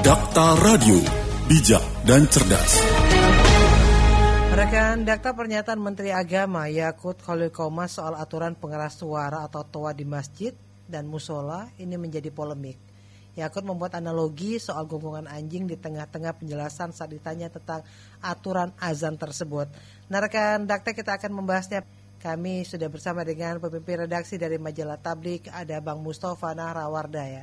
Dakta Radio, bijak dan cerdas. Rekan Dakta, pernyataan Menteri Agama Yakut Khalil Qomas soal aturan pengeras suara atau toa di masjid dan musola ini menjadi polemik. Yakut membuat analogi soal gonggongan anjing di tengah-tengah penjelasan saat ditanya tentang aturan azan tersebut. Nah, rekan Dakta, kita akan membahasnya. Kami sudah bersama dengan pemimpin redaksi dari Majalah Tablik, ada Bang Mustafa Nahrawardaya.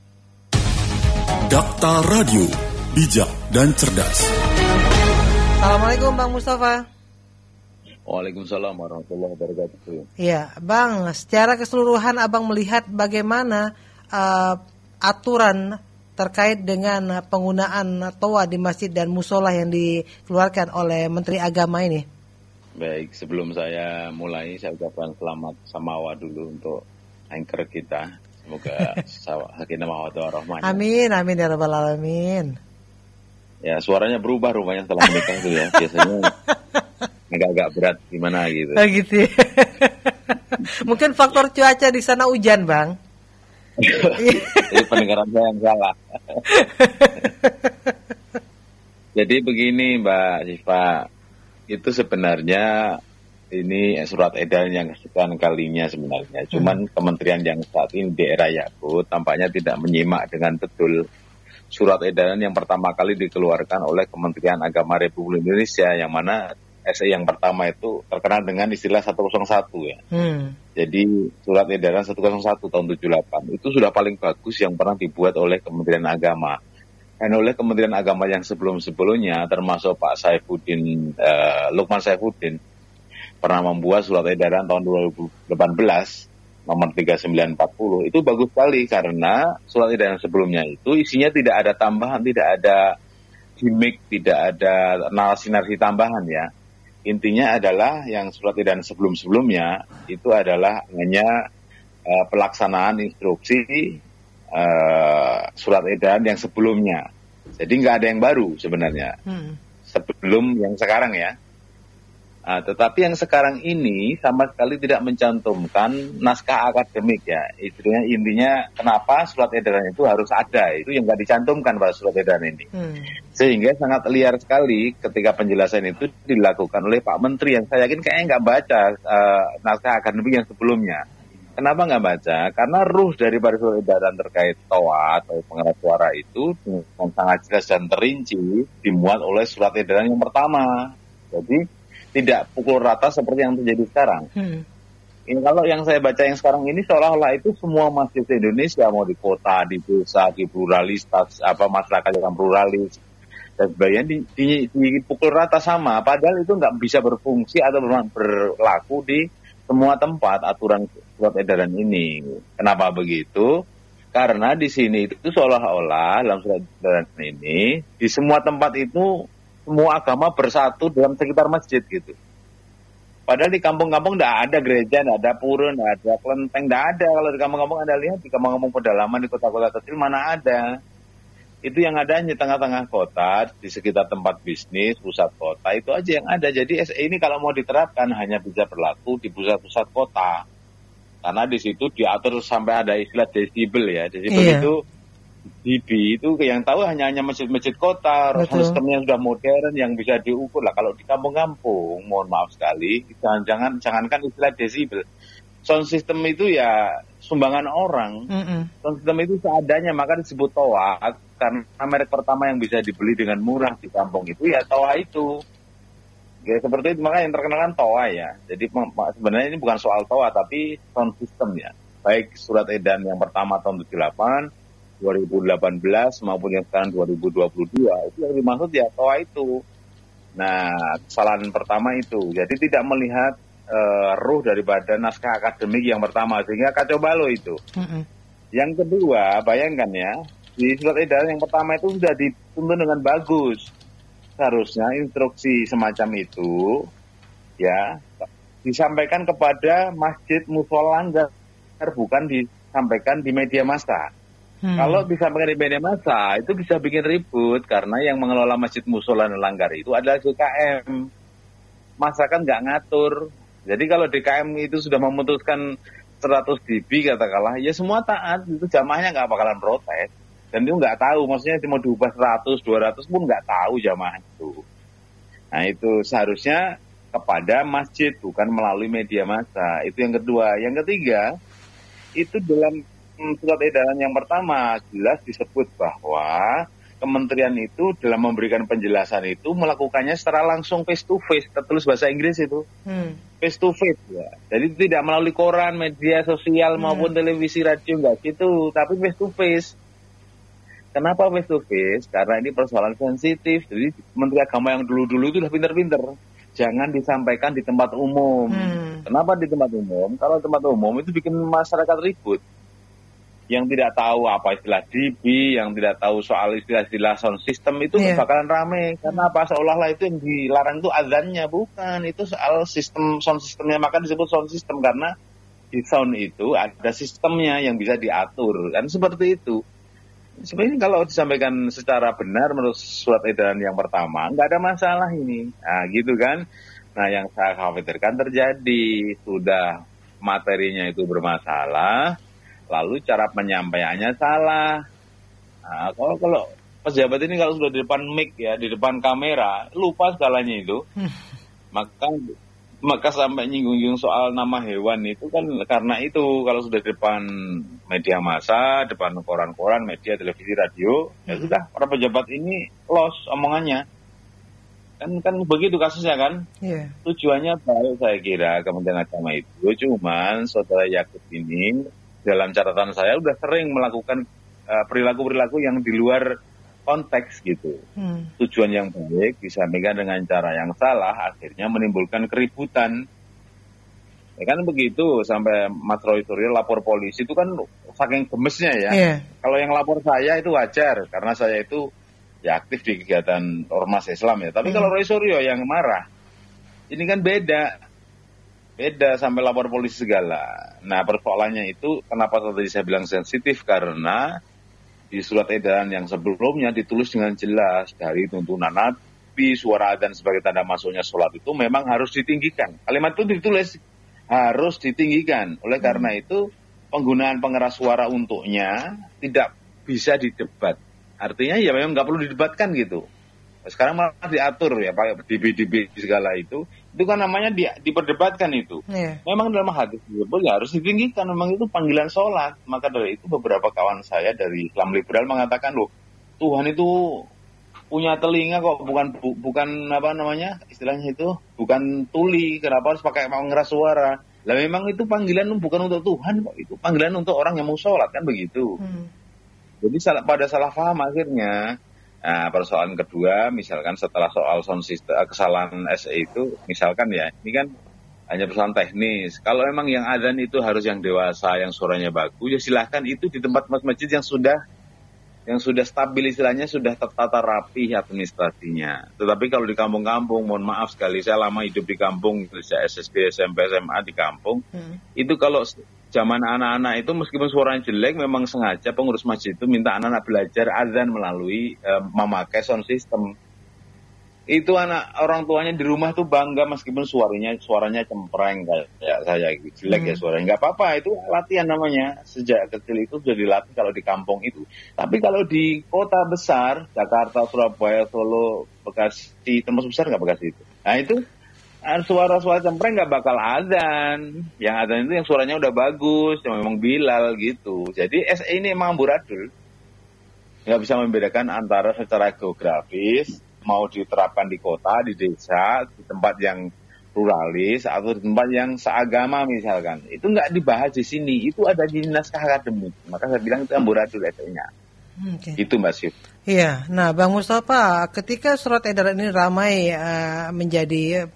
Dakta Radio, bijak dan cerdas. Assalamualaikum Bang Mustafa. Waalaikumsalam warahmatullahi wabarakatuh. Iya, Bang, secara keseluruhan Abang melihat bagaimana aturan terkait dengan penggunaan toa di masjid dan musola yang dikeluarkan oleh Menteri Agama ini? Baik, sebelum saya mulai, saya ucapkan selamat samawa dulu untuk anchor kita. Semoga sakinah mawaddah warahmah. Amin, amin ya rabbal alamin. Ya, suaranya berubah rupanya setelah menikah itu ya. Biasanya agak-agak berat gimana gitu. Oh gitu ya. Mungkin faktor cuaca di sana hujan, Bang. Jadi pendengaran saya yang salah. Jadi begini Mbak Siva, itu sebenarnya ini surat edaran yang kesekian kalinya sebenarnya. Cuman kementerian yang saat ini di era Yakut tampaknya tidak menyimak dengan betul surat edaran yang pertama kali dikeluarkan oleh Kementerian Agama Republik Indonesia, yang mana SE yang pertama itu terkenal dengan istilah 101 ya. Jadi surat edaran 101 tahun 78 itu sudah paling bagus yang pernah dibuat oleh Kementerian Agama. Dan oleh Kementerian Agama yang sebelum-sebelumnya, termasuk Pak Saifuddin, Lukman Saifuddin, pernah membuat surat edaran tahun 2018 nomor 3940, itu bagus sekali karena surat edaran sebelumnya itu isinya tidak ada tambahan, tidak ada gimmick, tidak ada narasi-narasi tambahan ya. Intinya adalah yang surat edaran sebelum-sebelumnya itu adalah hanya pelaksanaan instruksi surat edaran yang sebelumnya. Jadi nggak ada yang baru sebenarnya sebelum yang sekarang ya. Tetapi yang sekarang ini sama sekali tidak mencantumkan naskah akademik ya. Intinya kenapa surat edaran itu harus ada, itu yang nggak dicantumkan pada surat edaran ini. Sehingga sangat liar sekali ketika penjelasan itu dilakukan oleh Pak Menteri yang saya yakin kayaknya nggak baca naskah akademik yang sebelumnya. Kenapa nggak baca? Karena ruh daripada surat edaran terkait toa atau pengeras suara itu dengan sangat jelas dan terinci dimuat oleh surat edaran yang pertama. Jadi tidak pukul rata seperti yang terjadi sekarang. Ini kalau yang saya baca yang sekarang ini seolah-olah itu semua masjid di Indonesia, mau di kota, di desa, di pluralitas, masyarakat yang pluralis dan sebagainya dipukul rata sama. Padahal itu nggak bisa berfungsi atau berlaku di semua tempat aturan surat edaran ini. Kenapa begitu? Karena di sini itu seolah-olah dalam surat edaran ini di semua tempat itu semua agama bersatu dalam sekitar masjid gitu. Padahal di kampung-kampung tidak ada gereja, tidak ada pura, tidak ada kelenteng, tidak ada. Kalau di kampung-kampung Anda lihat, di kampung-kampung pedalaman, di kota-kota kecil mana ada. Itu yang ada di tengah-tengah kota, di sekitar tempat bisnis, pusat kota, itu aja yang ada. Jadi SE ini kalau mau diterapkan hanya bisa berlaku di pusat-pusat kota. Karena di situ diatur sampai ada istilah desibel ya. Desibel itu dB itu yang tahu hanya masjid-masjid kota, sistemnya sudah modern yang bisa diukur lah. Kalau di kampung-kampung, mohon maaf sekali, jangankan istilah desibel, sound system itu ya sumbangan orang. Sound system itu seadanya, maka disebut toa karena merek pertama yang bisa dibeli dengan murah di kampung itu ya toa itu. Ya seperti itu, maka yang terkenal kan toa ya. Jadi sebenarnya ini bukan soal toa tapi sound system ya. Baik surat edaran yang pertama tahun 78 2018 maupun yang sekarang 2022 itu yang dimaksud ya toa itu. Nah, kesalahan pertama itu. Jadi tidak melihat ruh daripada naskah akademik yang pertama sehingga kacau balau itu. Yang kedua, bayangkan ya, di surat edaran yang pertama itu sudah dituntun dengan bagus. Seharusnya instruksi semacam itu ya disampaikan kepada masjid musola langgar, bukan disampaikan di media massa. Kalau disampaikan di media massa itu bisa bikin ribut karena yang mengelola masjid musola dan langgar itu adalah DKM. Masa kan nggak ngatur. Jadi kalau DKM itu sudah memutuskan 100 dB katakanlah, ya semua taat, itu jamaahnya nggak bakalan protes. Dan itu nggak tahu, maksudnya mau diubah 100, 200 pun nggak tahu jamaah itu. Nah itu seharusnya kepada masjid, bukan melalui media massa. Itu yang kedua. Yang ketiga, itu dalam surat edaran yang pertama jelas disebut bahwa kementerian itu dalam memberikan penjelasan itu melakukannya secara langsung face to face, tertulis bahasa Inggris itu face to face ya. Jadi tidak melalui koran, media sosial maupun televisi, radio, enggak gitu, tapi face to face. Kenapa face to face? Karena ini persoalan sensitif. Jadi Menteri Agama yang dulu-dulu itu udah pinter-pinter. Jangan disampaikan di tempat umum. Kenapa di tempat umum? Kalau tempat umum itu bikin masyarakat ribut. Yang tidak tahu apa istilah DB, yang tidak tahu soal istilah-istilah sound system itu bakalan rame. Karena apa? Seolah-olah itu yang dilarang itu azannya, bukan. Itu soal sistem sound systemnya, maka disebut sound system karena di sound itu ada sistemnya yang bisa diatur. Kan seperti itu. Sebenarnya kalau disampaikan secara benar menurut surat edaran yang pertama, nggak ada masalah ini. Nah gitu kan. Nah yang saya khawatirkan terjadi, sudah materinya itu bermasalah, lalu cara penyampaiannya salah. Nah, kalau pejabat ini kalau sudah di depan mic ya, di depan kamera, lupa segalanya itu, maka sampai nyinggung-nyinggung soal nama hewan itu kan karena itu kalau sudah di depan media massa, depan koran-koran, media, televisi, radio, ya sudah para pejabat ini lost omongannya. Kan begitu kasusnya kan. Tujuannya baik saya kira Kementerian Agama itu, cuman saudara Yakut ini dalam catatan saya udah sering melakukan perilaku-perilaku yang di luar konteks gitu. Tujuan yang baik disampaikan dengan cara yang salah, akhirnya menimbulkan keributan. Ya kan begitu, sampai Mas Roy Suryo lapor polisi itu kan saking gemesnya ya. Kalau yang lapor saya itu wajar, karena saya itu ya aktif di kegiatan ormas Islam ya. Tapi kalau Roy Suryo yang marah, ini kan beda sampai lapor polisi segala. Nah persoalannya itu kenapa tadi saya bilang sensitif, karena di surat edaran yang sebelumnya ditulis dengan jelas dari tuntunan Nabi, suara adzan sebagai tanda masuknya sholat itu memang harus ditinggikan. Kalimat itu ditulis harus ditinggikan. Oleh karena itu penggunaan pengeras suara untuknya tidak bisa didebat. Artinya ya memang nggak perlu didebatkan gitu. Sekarang malah diatur ya Pak, DB segala itu kan namanya diperdebatkan itu. Memang dalam hadis ya harus ditinggikan, memang itu panggilan sholat. Maka dari itu beberapa kawan saya dari Islam liberal mengatakan, loh Tuhan itu punya telinga kok, bukan apa namanya istilahnya itu, bukan tuli, kenapa harus pakai pengeras suara? Lah memang itu panggilan bukan untuk Tuhan kok, itu panggilan untuk orang yang mau sholat kan begitu. Jadi pada salah paham akhirnya. Nah, persoalan kedua, misalkan setelah soal sound system, kesalahan SE itu, misalkan ya, ini kan hanya persoalan teknis. Kalau memang yang adzan itu harus yang dewasa, yang suaranya bagus, ya silahkan itu di tempat masjid yang sudah stabil istilahnya, sudah tertata rapi administrasinya. Tetapi kalau di kampung-kampung, mohon maaf sekali, saya lama hidup di kampung, sejak SSD, SMP, SMA di kampung, itu kalau zaman anak-anak itu meskipun suaranya jelek, memang sengaja pengurus masjid itu minta anak-anak belajar adzan melalui memakai sound system. Itu orang tuanya di rumah tuh bangga meskipun suaranya cempreng kayak saya jelek ya suaranya. Nggak apa-apa, itu latihan namanya. Sejak kecil itu sudah dilatih kalau di kampung itu. Tapi kalau di kota besar, Jakarta, Surabaya, Solo, Bekasi, termasuk besar nggak Bekasi itu. Nah itu suara-suara cempreng nggak bakal adzan. Yang adzan itu yang suaranya udah bagus, yang memang Bilal gitu. Jadi SE ini emang amburadul. Nggak bisa membedakan antara secara geografis, mau diterapkan di kota, di desa, di tempat yang pluralis, atau di tempat yang seagama misalkan. Itu nggak dibahas di sini, itu ada di naskah akademik. Maka saya bilang itu amburadul SE-nya. Itu Mbak Syif. Iya, nah Bang Mustafa, ketika surat edaran ini ramai menjadi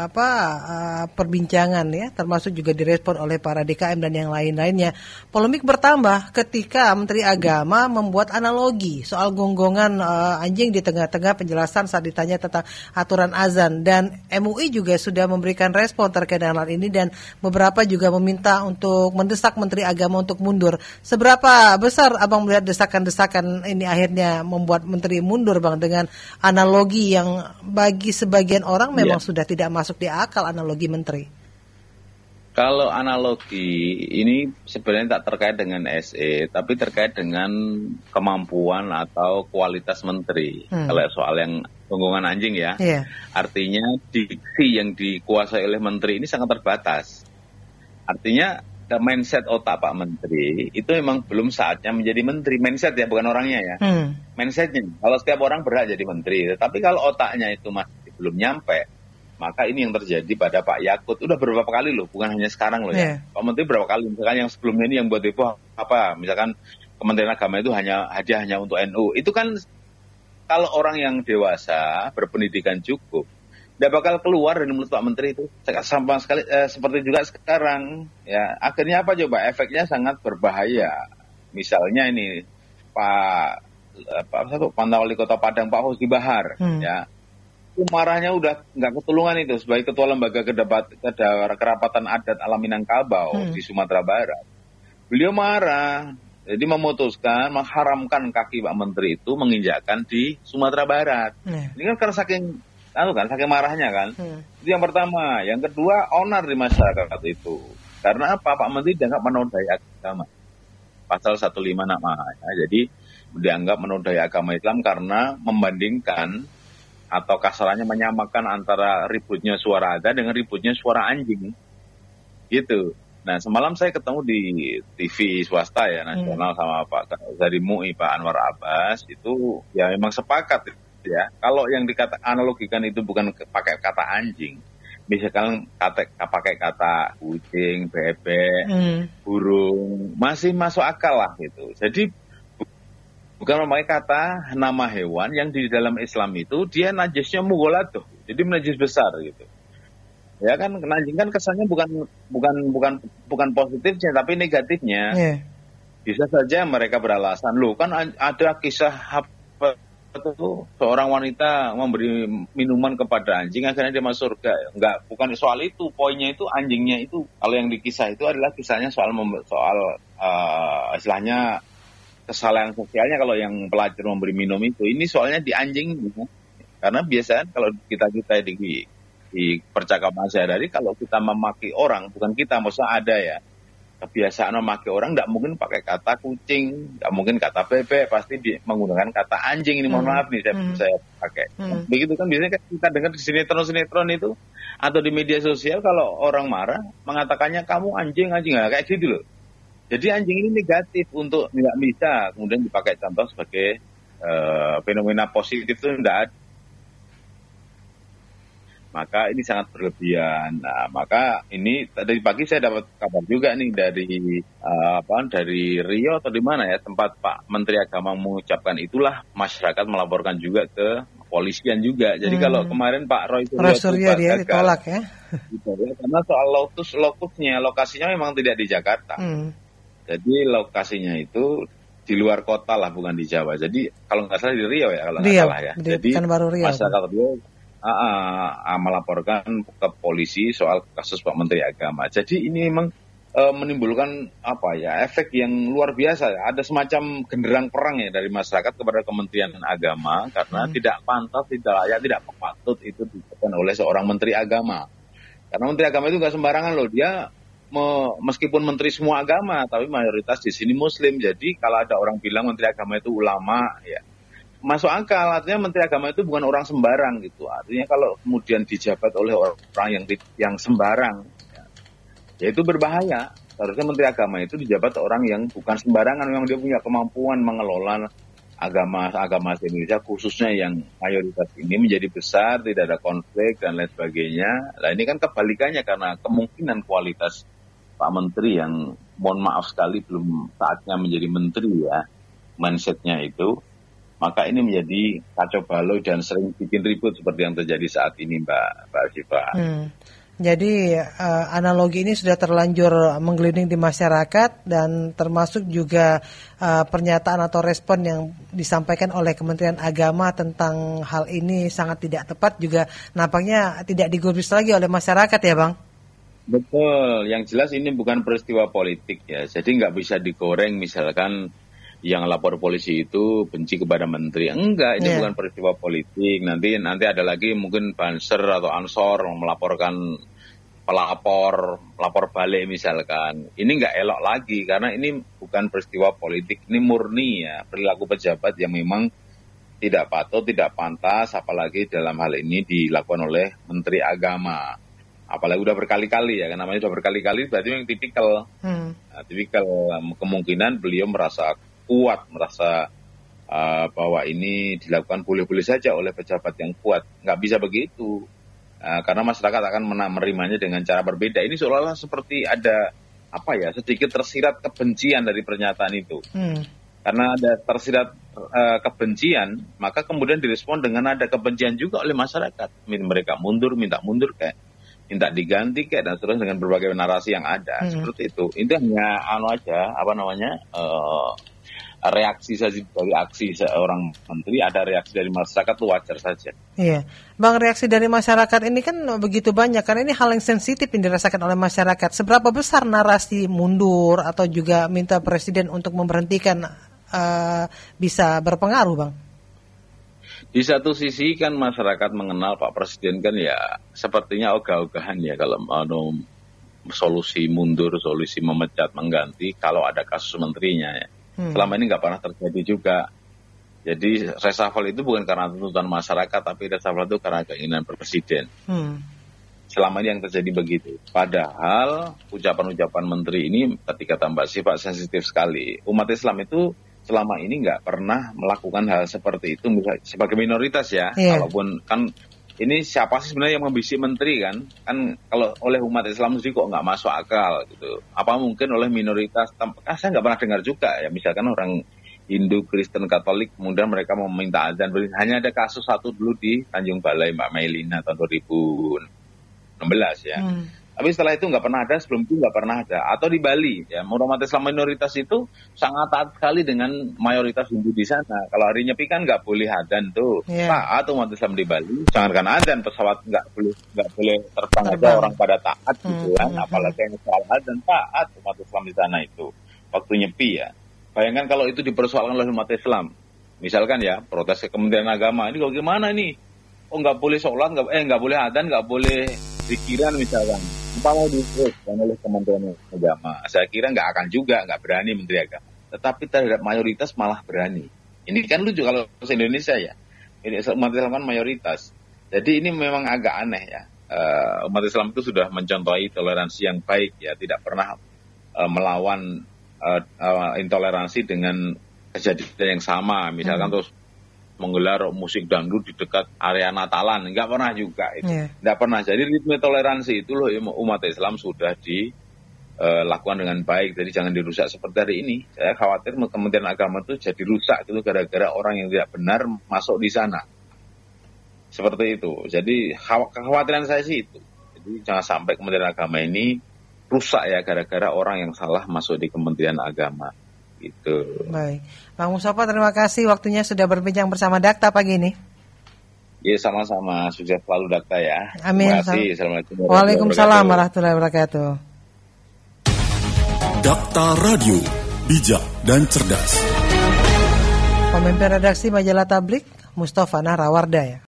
perbincangan ya, termasuk juga direspon oleh para DKM dan yang lain-lainnya, polemik bertambah ketika Menteri Agama membuat analogi soal gonggongan anjing di tengah-tengah penjelasan saat ditanya tentang aturan azan, dan MUI juga sudah memberikan respon terkait dengan hal ini dan beberapa juga meminta untuk mendesak Menteri Agama untuk mundur. Seberapa besar Abang melihat desakan-desakan ini akhirnya membuat Menteri mundur Bang, dengan analogi yang bagi sebagian orang memang sudah tidak masuk di akal analogi Menteri? Kalau analogi ini sebenarnya tak terkait dengan SE, tapi terkait dengan kemampuan atau kualitas menteri. Kalau soal yang tunggungan anjing ya, artinya diksi yang dikuasai oleh menteri ini sangat terbatas. Artinya mindset otak Pak Menteri itu memang belum saatnya menjadi menteri. Mindset ya, bukan orangnya ya. Mindsetnya. Kalau setiap orang berhak jadi menteri, tapi kalau otaknya itu masih belum nyampe, maka ini yang terjadi pada Pak Yakut. Udah beberapa kali loh, bukan hanya sekarang loh ya. Pak Menteri berapa kali, misalkan yang sebelumnya ini yang buat heboh apa, misalkan Kementerian Agama itu hadiah hanya untuk NU. Itu kan kalau orang yang dewasa, berpendidikan cukup, tidak bakal keluar dari mulut Pak Menteri itu. Sama sekali seperti juga sekarang. Ya, akhirnya apa coba? Efeknya sangat berbahaya. Misalnya ini Pak Wali Kota Padang, Pak Husni Bahar, ya. Marahnya udah nggak ketulungan itu sebagai ketua lembaga kerapatan adat alam Minangkabau di Sumatera Barat. Beliau marah, jadi memutuskan mengharamkan kaki Pak Menteri itu menginjakkan di Sumatera Barat. Ini kan karena saking marahnya kan. Itu yang pertama. Yang kedua, onar di masyarakat itu. Karena apa? Pak Menteri dianggap menodai agama. Pasal 156 namanya. Jadi dianggap menodai agama Islam karena membandingkan atau kasarannya menyamakan antara ributnya suara ada dengan ributnya suara anjing. Gitu. Nah, semalam saya ketemu di TV swasta ya, nasional sama Pak Zari MUI, Pak Anwar Abbas, itu ya memang sepakat ya. Kalau yang analogikan itu bukan pakai kata anjing, misalkan pakai kata kucing, bebek, burung, masih masuk akal lah gitu. Jadi bukan memakai kata nama hewan yang di dalam Islam itu dia najisnya mughaladzah, jadi najis besar gitu. Ya kan, anjing kan kesannya bukan positifnya tapi negatifnya. Bisa saja mereka beralasan, loh kan ada kisah apa itu seorang wanita memberi minuman kepada anjing akhirnya dia masuk surga. Enggak, bukan soal itu, poinnya itu anjingnya itu. Kalau yang di kisah itu adalah kisahnya soal istilahnya kesalahan sosialnya kalau yang pelacur memberi minum itu. Ini soalnya di anjing. Karena biasanya kalau kita di percakapan sehari-hari, kalau kita memaki orang, bukan kita, maksudnya ada ya, kebiasaan memaki orang, tidak mungkin pakai kata kucing, tidak mungkin kata bebek, pasti menggunakan kata anjing. Ini mohon maaf nih, saya pakai. Begitu kan biasanya kita dengar di sinetron-sinetron itu, atau di media sosial, kalau orang marah, mengatakannya kamu anjing, nah, kayak gitu loh. Jadi anjing ini negatif untuk tidak bisa kemudian dipakai contoh sebagai fenomena positif itu tidak ada. Maka ini sangat berlebihan. Nah, maka ini tadi pagi saya dapat kabar juga nih dari Rio atau di mana ya, tempat Pak Menteri Agama mengucapkan itulah, masyarakat melaporkan juga ke kepolisian juga. Jadi kalau kemarin Pak Roy Suryo dia ditolak ya. Karena soal lokasinya memang tidak di Jakarta. Jadi lokasinya itu di luar kota lah, bukan di Jawa. Jadi kalau nggak salah di Riau ya, kalau nggak salah ya. Jadi masyarakat Riau melaporkan ke polisi soal kasus Pak Menteri Agama. Jadi ini memang menimbulkan efek yang luar biasa. Ada semacam genderang perang ya dari masyarakat kepada Kementerian Agama karena tidak pantas, tidak layak, tidak patut itu dilakukan oleh seorang Menteri Agama. Karena Menteri Agama itu nggak sembarangan loh, dia meskipun menteri semua agama, tapi mayoritas di sini Muslim. Jadi kalau ada orang bilang Menteri Agama itu ulama, ya masuk akal. Artinya Menteri Agama itu bukan orang sembarang gitu. Artinya kalau kemudian dijabat oleh orang yang sembarang, ya itu berbahaya. Seharusnya Menteri Agama itu dijabat orang yang bukan sembarangan, memang dia punya kemampuan mengelola agama di Indonesia, khususnya yang mayoritas ini menjadi besar, tidak ada konflik dan lain sebagainya. Nah ini kan kebalikannya, karena kemungkinan kualitas Pak Menteri yang mohon maaf sekali belum saatnya menjadi menteri ya, mindsetnya itu, maka ini menjadi kacau balau dan sering bikin ribut seperti yang terjadi saat ini Mbak Syifa. Jadi analogi ini sudah terlanjur menggelinding di masyarakat, dan termasuk juga pernyataan atau respon yang disampaikan oleh Kementerian Agama tentang hal ini sangat tidak tepat, juga nampaknya tidak digubris lagi oleh masyarakat ya Bang? Betul, yang jelas ini bukan peristiwa politik ya, jadi nggak bisa digoreng misalkan yang lapor polisi itu benci kepada menteri. Enggak, ini bukan peristiwa politik. Nanti ada lagi mungkin Banser atau Ansor melaporkan pelapor balik misalkan. Ini nggak elok lagi karena ini bukan peristiwa politik, ini murni ya perilaku pejabat yang memang tidak patut, tidak pantas, apalagi dalam hal ini dilakukan oleh Menteri Agama. Apalagi udah berkali-kali ya, namanya udah berkali-kali berarti yang tipikal. Tipikal kemungkinan beliau merasa kuat, merasa bahwa ini dilakukan boleh-boleh saja oleh pejabat yang kuat. Nggak bisa begitu. Karena masyarakat akan menerimanya dengan cara berbeda. Ini seolah-olah seperti ada sedikit tersirat kebencian dari pernyataan itu. Karena ada tersirat kebencian, maka kemudian direspon dengan ada kebencian juga oleh masyarakat. Mereka minta mundur kayak minta diganti kayak dan terus dengan berbagai narasi yang ada seperti itu. Itu hanya reaksi saja dari aksi seorang menteri, ada reaksi dari masyarakat itu wajar saja. Iya, Bang, reaksi dari masyarakat ini kan begitu banyak karena ini hal yang sensitif yang dirasakan oleh masyarakat. Seberapa besar narasi mundur atau juga minta presiden untuk memberhentikan bisa berpengaruh, Bang? Di satu sisi kan masyarakat mengenal Pak Presiden kan ya sepertinya ogah-ogahan ya kalau solusi mundur, solusi memecat, mengganti kalau ada kasus menterinya ya. Selama ini nggak pernah terjadi juga. Jadi reshuffle itu bukan karena tuntutan masyarakat, tapi reshuffle itu karena keinginan presiden. Selama ini yang terjadi begitu. Padahal ucapan-ucapan menteri ini ketika tambah sifat sensitif sekali. Umat Islam itu selama ini nggak pernah melakukan hal seperti itu sebagai minoritas ya. Kalaupun kan ini siapa sih sebenarnya yang membisik menteri kan? Kan kalau oleh umat Islam sendiri kok nggak masuk akal gitu. Apa mungkin oleh minoritas? Saya nggak pernah dengar juga ya. Misalkan orang Hindu, Kristen, Katolik, kemudian mereka mau meminta azan. Hanya ada kasus satu dulu di Tanjung Balai Mbak Mailina tahun 2016 ya. Tapi setelah itu nggak pernah ada, sebelum itu nggak pernah ada. Atau di Bali, ya umat Islam minoritas itu sangat taat sekali dengan mayoritas Hindu di sana. Kalau hari Nyepi kan nggak boleh adzan tuh. Taat umat Islam di Bali, jangankan adzan, pesawat nggak boleh terbang aja orang pada taat gitu kan. Apalagi yang soal adzan, taat umat Islam di sana itu. Waktu Nyepi ya. Bayangkan kalau itu dipersoalkan oleh umat Islam. Misalkan ya, protes ke Kementerian Agama, ini kok gimana nih? Oh nggak boleh sholat, nggak boleh adzan, nggak boleh zikiran misalkan. Apa mau diteruskan oleh Kementerian Agama? Saya kira nggak akan juga, nggak berani Menteri Agama. Tetapi terhadap mayoritas malah berani. Ini kan lucu kalau se Indonesia ya. Ini umat Islam kan mayoritas. Jadi ini memang agak aneh ya. Umat Islam itu sudah mencontohi toleransi yang baik ya, tidak pernah melawan intoleransi dengan kejadian yang sama. Misalkan terus menggelar musik dangdut di dekat area Natalan, nggak pernah juga itu, nggak pernah. Jadi ritme toleransi itu loh umat Islam sudah dilakukan dengan baik, jadi jangan dirusak seperti hari ini. Saya khawatir Kementerian Agama itu jadi rusak itu gara-gara orang yang tidak benar masuk di sana, seperti itu. Jadi kekhawatiran saya sih itu. Jadi jangan sampai Kementerian Agama ini rusak ya gara-gara orang yang salah masuk di Kementerian Agama. Gitu. Baik, Bang Mustafa, terima kasih waktunya sudah berbincang bersama Dakta pagi ini. Iya, sama-sama, sukses selalu Dakta ya. Amin. Terima kasih. Assalamualaikum. Waalaikumsalam warahmatullahi wabarakatuh. Dakta Radio, bijak dan cerdas. Pemimpin redaksi Majalah Tablik, Mustafa Nahrawardaya.